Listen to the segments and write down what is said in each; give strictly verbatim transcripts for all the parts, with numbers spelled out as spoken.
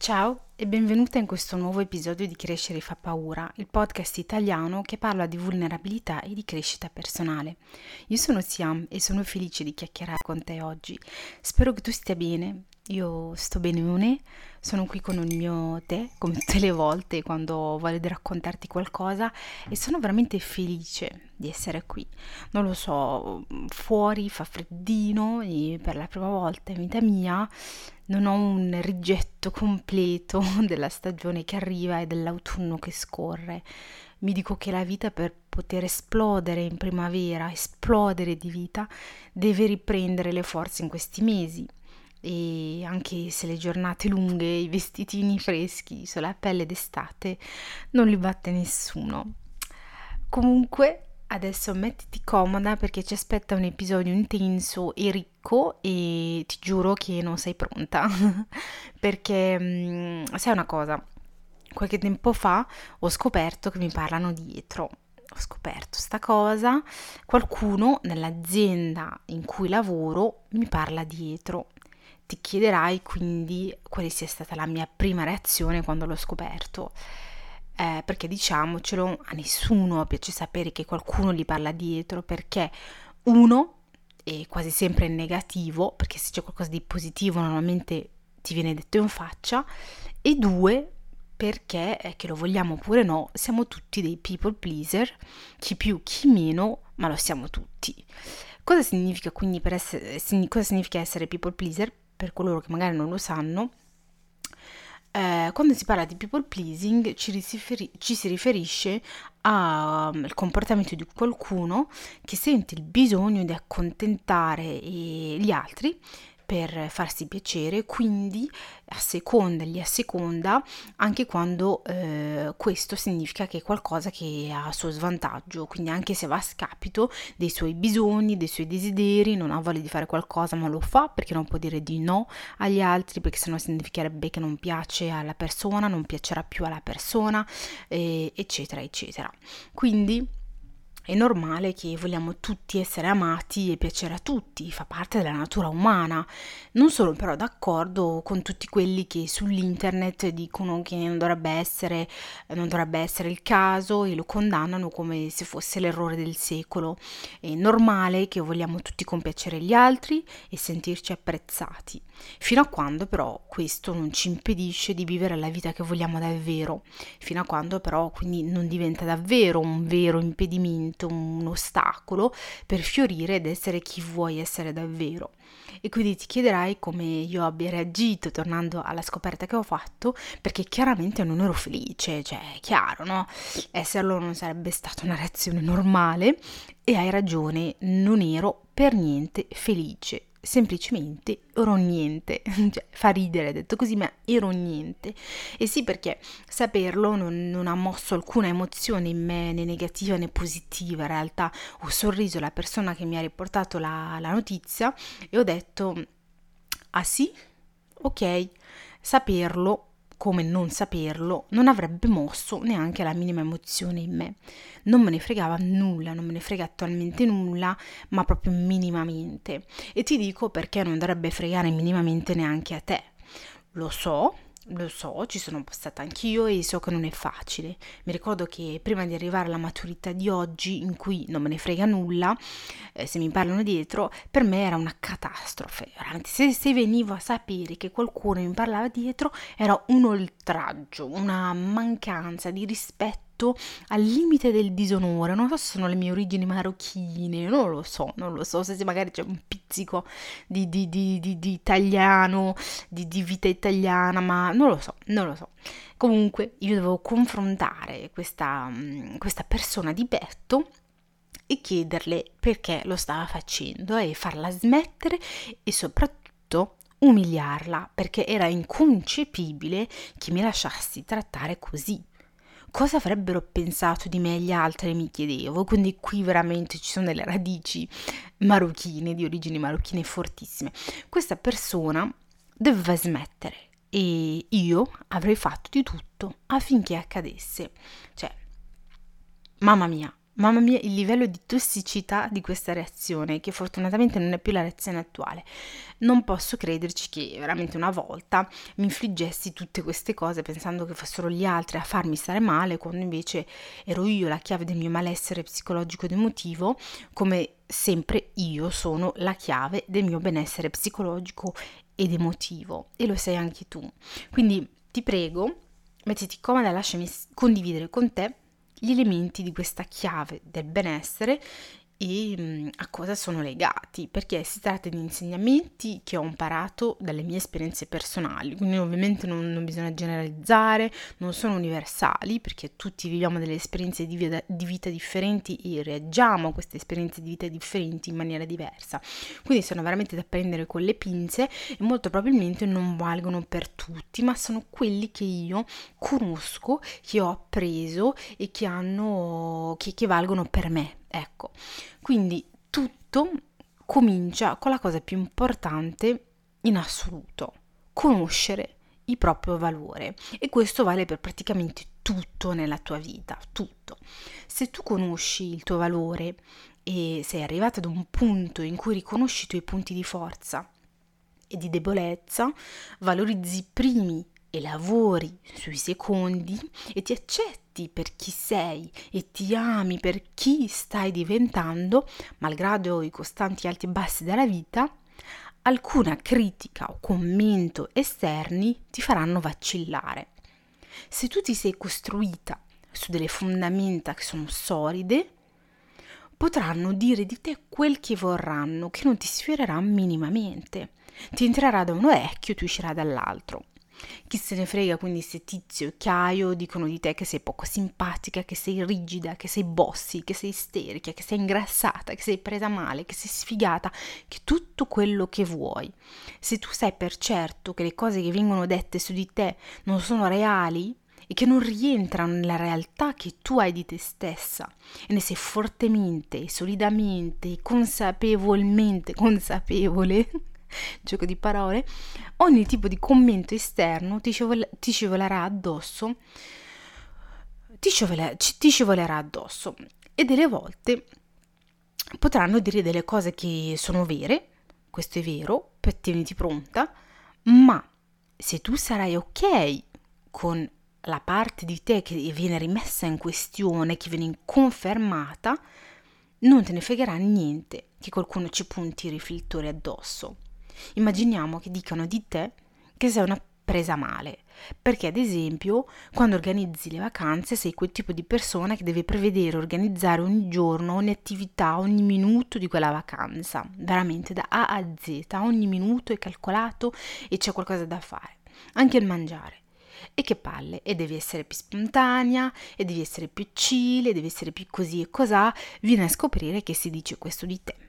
Ciao e benvenuta in questo nuovo episodio di Crescere fa paura, il podcast italiano che parla di vulnerabilità e di crescita personale. Io sono Siam e sono felice di chiacchierare con te oggi. Spero che tu stia bene. Io sto benone, sono qui con il mio tè, come tutte le volte quando voglio raccontarti qualcosa e sono veramente felice di essere qui. Non lo so, fuori fa freddino e per la prima volta in vita mia non ho un rigetto completo della stagione che arriva e dell'autunno che scorre. Mi dico che la vita, per poter esplodere in primavera, esplodere di vita, deve riprendere le forze in questi mesi. E anche se le giornate lunghe, i vestitini freschi sulla pelle d'estate, non li batte nessuno. Comunque, adesso mettiti comoda perché ci aspetta un episodio intenso e ricco e ti giuro che non sei pronta. Perché, mh, sai una cosa, qualche tempo fa ho scoperto che mi parlano dietro. Ho scoperto sta cosa, qualcuno nell'azienda in cui lavoro mi parla dietro. Ti chiederai quindi quale sia stata la mia prima reazione quando l'ho scoperto. Eh, perché diciamocelo, a nessuno piace sapere che qualcuno gli parla dietro, perché uno è quasi sempre in negativo, perché se c'è qualcosa di positivo normalmente ti viene detto in faccia, e due perché, eh, che lo vogliamo oppure no, siamo tutti dei people pleaser, chi più chi meno, ma lo siamo tutti. Cosa significa quindi per essere, cosa significa essere people pleaser? Per coloro che magari non lo sanno, eh, quando si parla di people pleasing ci, risiferi- ci si riferisce al comportamento di qualcuno che sente il bisogno di accontentare eh, gli altri per farsi piacere, quindi asseconda, li asseconda anche quando eh, questo significa che è qualcosa che è a suo svantaggio, quindi anche se va a scapito dei suoi bisogni, dei suoi desideri, non ha voglia di fare qualcosa ma lo fa perché non può dire di no agli altri, perché sennò significherebbe che non piace alla persona, non piacerà più alla persona, eh, eccetera, eccetera. Quindi è normale che vogliamo tutti essere amati e piacere a tutti, fa parte della natura umana. Non sono però d'accordo con tutti quelli che sull'internet dicono che non dovrebbe essere, non dovrebbe essere il caso e lo condannano come se fosse l'errore del secolo. È normale che vogliamo tutti compiacere gli altri e sentirci apprezzati, fino a quando però questo non ci impedisce di vivere la vita che vogliamo davvero, fino a quando però quindi non diventa davvero un vero impedimento, un ostacolo per fiorire ed essere chi vuoi essere davvero. E quindi ti chiederai come io abbia reagito tornando alla scoperta che ho fatto, perché chiaramente non ero felice, cioè è chiaro, no? Esserlo non sarebbe stata una reazione normale e hai ragione, non ero per niente felice. Semplicemente ero niente, cioè fa ridere detto così, ma ero niente. E sì, perché saperlo non, non ha mosso alcuna emozione in me, né negativa né positiva. In realtà ho sorriso alla persona che mi ha riportato la, la notizia e ho detto: ah sì? Ok. Saperlo, come non saperlo, non avrebbe mosso neanche la minima emozione in me. Non me ne fregava nulla, non me ne frega attualmente nulla, ma proprio minimamente. E ti dico perché non dovrebbe fregare minimamente neanche a te. Lo so, lo so, ci sono passata anch'io e so che non è facile. Mi ricordo che prima di arrivare alla maturità di oggi, in cui non me ne frega nulla, eh, se mi parlano dietro, per me era una catastrofe. Veramente, se, se venivo a sapere che qualcuno mi parlava dietro, era un oltraggio, una mancanza di rispetto al limite del disonore. Non so se sono le mie origini marocchine, non lo so, non lo so, se magari c'è un pizzico di, di, di, di, di italiano, di, di vita italiana, ma non lo so, non lo so. Comunque io dovevo confrontare questa, questa persona di petto e chiederle perché lo stava facendo e farla smettere e soprattutto umiliarla, perché era inconcepibile che mi lasciassi trattare così. Cosa avrebbero pensato di me gli altri, mi chiedevo. Quindi qui veramente ci sono delle radici marocchine, di origini marocchine fortissime. Questa persona doveva smettere e io avrei fatto di tutto affinché accadesse. Cioè, mamma mia, Mamma mia, il livello di tossicità di questa reazione, che fortunatamente non è più la reazione attuale. Non posso crederci che veramente una volta mi infliggessi tutte queste cose pensando che fossero gli altri a farmi stare male, quando invece ero io la chiave del mio malessere psicologico ed emotivo, come sempre io sono la chiave del mio benessere psicologico ed emotivo, e lo sei anche tu. Quindi ti prego, mettiti comoda e lasciami condividere con te gli elementi di questa chiave del benessere e mh, a cosa sono legati, perché si tratta di insegnamenti che ho imparato dalle mie esperienze personali, quindi ovviamente non, non bisogna generalizzare, non sono universali, perché tutti viviamo delle esperienze di vita, di vita differenti e reagiamo a queste esperienze di vita differenti in maniera diversa, quindi sono veramente da prendere con le pinze e molto probabilmente non valgono per tutti, ma sono quelli che io conosco, che ho appreso e che hanno che, che valgono per me. Ecco, quindi tutto comincia con la cosa più importante in assoluto, conoscere il proprio valore, e questo vale per praticamente tutto nella tua vita, tutto. Se tu conosci il tuo valore e sei arrivato ad un punto in cui riconosci i tuoi punti di forza e di debolezza, valorizzi i primi e lavori sui secondi e ti accetti per chi sei e ti ami per chi stai diventando, malgrado i costanti alti e bassi della vita, alcuna critica o commento esterni ti faranno vacillare. Se tu ti sei costruita su delle fondamenta che sono solide, potranno dire di te quel che vorranno, che non ti sfiorerà minimamente. Ti entrerà da un orecchio, ti uscirà dall'altro. Chi se ne frega quindi se Tizio e Caio dicono di te che sei poco simpatica, che sei rigida, che sei bossy, che sei isterica, che sei ingrassata, che sei presa male, che sei sfigata, che tutto quello che vuoi. Se tu sai per certo che le cose che vengono dette su di te non sono reali e che non rientrano nella realtà che tu hai di te stessa e ne sei fortemente, solidamente e consapevolmente consapevole, gioco di parole, ogni tipo di commento esterno ti, scivol- ti scivolerà addosso, ti, scivole- ti scivolerà addosso e delle volte potranno dire delle cose che sono vere, questo è vero, per tieniti pronta, ma se tu sarai ok con la parte di te che viene rimessa in questione, che viene confermata, non te ne fregherà niente che qualcuno ci punti i riflettori addosso. Immaginiamo che dicano di te che sei una presa male, perché ad esempio quando organizzi le vacanze sei quel tipo di persona che deve prevedere, organizzare ogni giorno, ogni attività, ogni minuto di quella vacanza, veramente da A a Z, ogni minuto è calcolato e c'è qualcosa da fare, anche il mangiare. E che palle, e devi essere più spontanea, e devi essere più chill, e devi essere più così e cosà, viene a scoprire che si dice questo di te.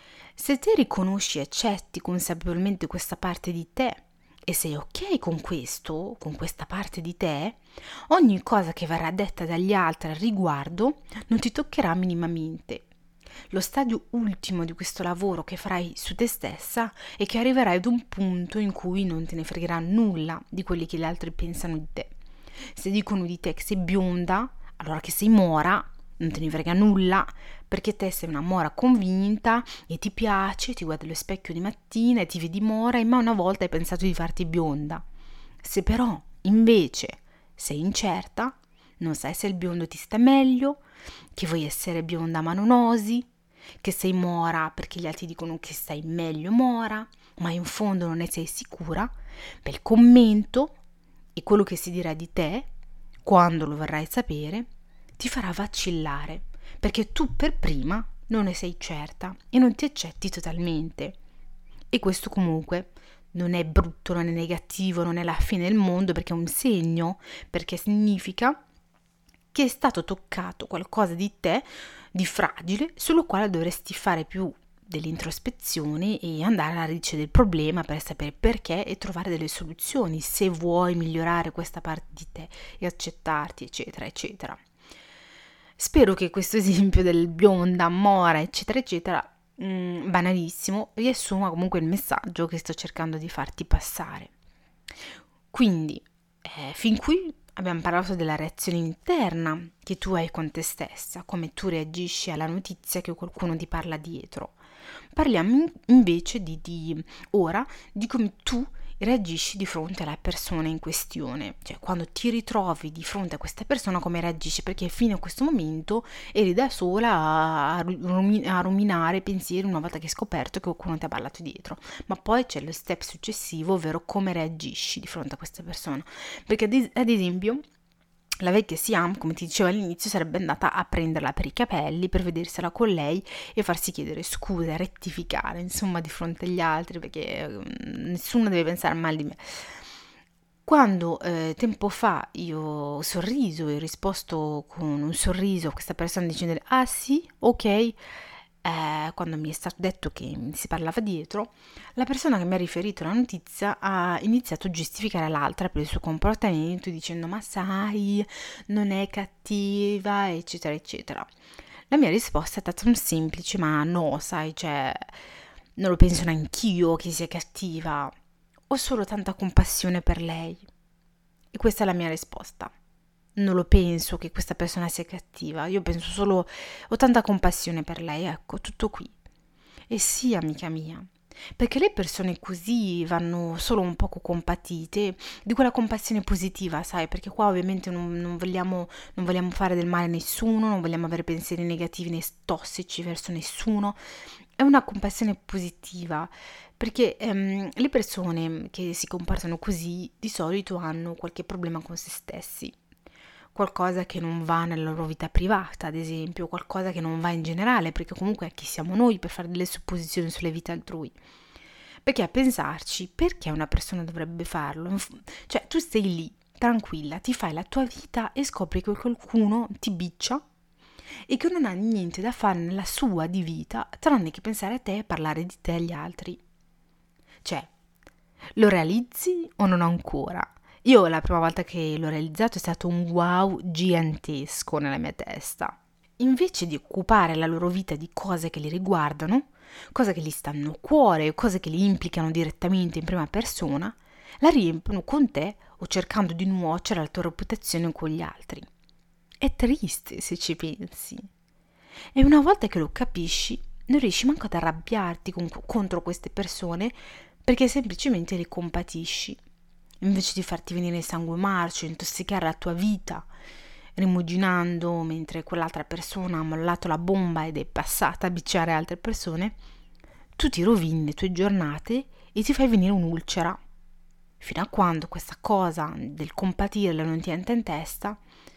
Se te riconosci e accetti consapevolmente questa parte di te e sei ok con questo, con questa parte di te, ogni cosa che verrà detta dagli altri al riguardo non ti toccherà minimamente. Lo stadio ultimo di questo lavoro che farai su te stessa è che arriverai ad un punto in cui non te ne fregherà nulla di quelli che gli altri pensano di te. Se dicono di te che sei bionda, allora che sei mora, non te ne frega nulla, perché te sei una mora convinta e ti piace, ti guardi allo specchio di mattina e ti vedi mora e mai una volta hai pensato di farti bionda. Se però invece sei incerta, non sai se il biondo ti sta meglio, che vuoi essere bionda ma non osi, che sei mora perché gli altri dicono che stai meglio mora, ma in fondo non ne sei sicura, bel commento e quello che si dirà di te, quando lo vorrai sapere, ti farà vacillare, perché tu per prima non ne sei certa e non ti accetti totalmente. E questo comunque non è brutto, non è negativo, non è la fine del mondo, perché è un segno, perché significa che è stato toccato qualcosa di te, di fragile, sullo quale dovresti fare più dell'introspezione e andare alla radice del problema per sapere perché e trovare delle soluzioni se vuoi migliorare questa parte di te e accettarti, eccetera, eccetera. Spero che questo esempio del bionda, mora, eccetera, eccetera, mh, banalissimo, riassuma comunque il messaggio che sto cercando di farti passare. Quindi, eh, fin qui abbiamo parlato della reazione interna che tu hai con te stessa, come tu reagisci alla notizia che qualcuno ti parla dietro. Parliamo invece di, di ora di come tu reagisci di fronte alla persona in questione, cioè quando ti ritrovi di fronte a questa persona come reagisci, perché fino a questo momento eri da sola a, a ruminare pensieri una volta che hai scoperto che qualcuno ti ha parlato dietro, ma poi c'è lo step successivo, ovvero come reagisci di fronte a questa persona, perché ad esempio la vecchia Siam, come ti dicevo all'inizio, sarebbe andata a prenderla per i capelli per vedersela con lei e farsi chiedere scusa, rettificare, insomma, di fronte agli altri, perché nessuno deve pensare male di me. Quando eh, tempo fa io ho sorriso e ho risposto con un sorriso a questa persona dicendo ah sì, ok, eh, quando mi è stato detto che si parlava dietro, la persona che mi ha riferito la notizia ha iniziato a giustificare l'altra per il suo comportamento dicendo ma sai, non è cattiva, eccetera, eccetera. La mia risposta è stata un semplice ma no, sai, cioè non lo penso neanch'io che sia cattiva, ho solo tanta compassione per lei. E questa è la mia risposta. Non lo penso che questa persona sia cattiva, io penso solo, ho tanta compassione per lei, ecco, tutto qui. E sì, amica mia, perché le persone così vanno solo un poco compatite, di quella compassione positiva, sai, perché qua ovviamente non, non, vogliamo, non vogliamo fare del male a nessuno, non vogliamo avere pensieri negativi né tossici verso nessuno, è una compassione positiva, perché ehm, le persone che si comportano così di solito hanno qualche problema con se stessi. Qualcosa che non va nella loro vita privata, ad esempio, qualcosa che non va in generale, perché comunque chi siamo noi per fare delle supposizioni sulle vite altrui? Perché a pensarci, perché una persona dovrebbe farlo? Cioè, tu stai lì, tranquilla, ti fai la tua vita e scopri che qualcuno ti biccia e che non ha niente da fare nella sua di vita, tranne che pensare a te e parlare di te agli altri. Cioè, lo realizzi o non ancora? Io la prima volta che l'ho realizzato è stato un wow gigantesco nella mia testa. Invece di occupare la loro vita di cose che li riguardano, cose che gli stanno a cuore, cose che li implicano direttamente in prima persona, la riempiono con te o cercando di nuocere alla tua reputazione con gli altri. È triste se ci pensi. E una volta che lo capisci, non riesci manco ad arrabbiarti con, contro queste persone perché semplicemente le compatisci. Invece di farti venire sangue marcio, intossicare la tua vita, rimuginando mentre quell'altra persona ha mollato la bomba ed è passata a bicciare altre persone, tu ti rovini le tue giornate e ti fai venire un'ulcera. Fino a quando questa cosa del compatirla non ti entra in testa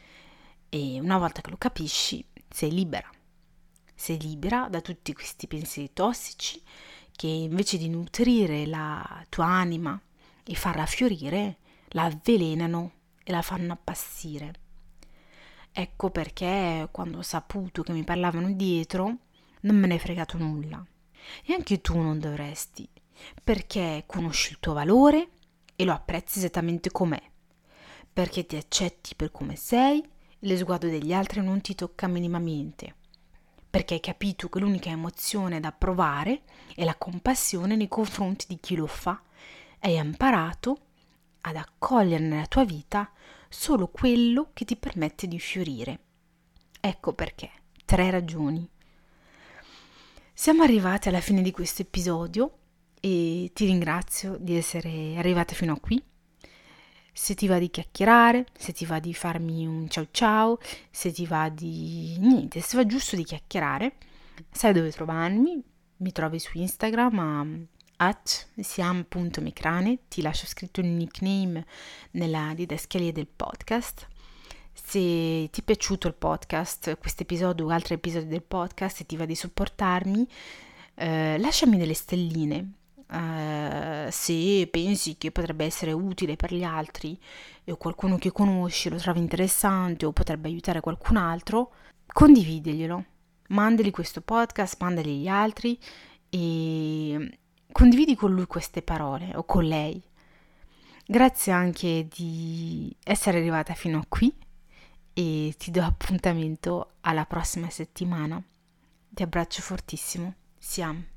e una volta che lo capisci sei libera. Sei libera da tutti questi pensieri tossici che invece di nutrire la tua anima e farla fiorire, la avvelenano e la fanno appassire. Ecco perché quando ho saputo che mi parlavano dietro non me ne è fregato nulla. E anche tu non dovresti, perché conosci il tuo valore e lo apprezzi esattamente com'è, perché ti accetti per come sei e lo sguardo degli altri non ti tocca minimamente, perché hai capito che l'unica emozione da provare è la compassione nei confronti di chi lo fa e hai imparato ad accogliere nella tua vita solo quello che ti permette di fiorire. Ecco perché, tre ragioni. Siamo arrivati alla fine di questo episodio e ti ringrazio di essere arrivata fino a qui. Se ti va di chiacchierare, se ti va di farmi un ciao ciao, se ti va di niente, se va giusto di chiacchierare, sai dove trovarmi, mi trovi su Instagram a at siam punto micrane, ti lascio scritto il nickname nella didascalia del podcast. Se ti è piaciuto il podcast, questo episodio o altri episodi del podcast e ti va di supportarmi, eh, lasciami delle stelline. Uh, se pensi che potrebbe essere utile per gli altri o qualcuno che conosci lo trovi interessante o potrebbe aiutare qualcun altro, condivideglielo, mandali questo podcast, mandali gli altri e condividi con lui queste parole o con lei. Grazie anche di essere arrivata fino a qui e ti do appuntamento alla prossima settimana. Ti abbraccio fortissimo. Siam.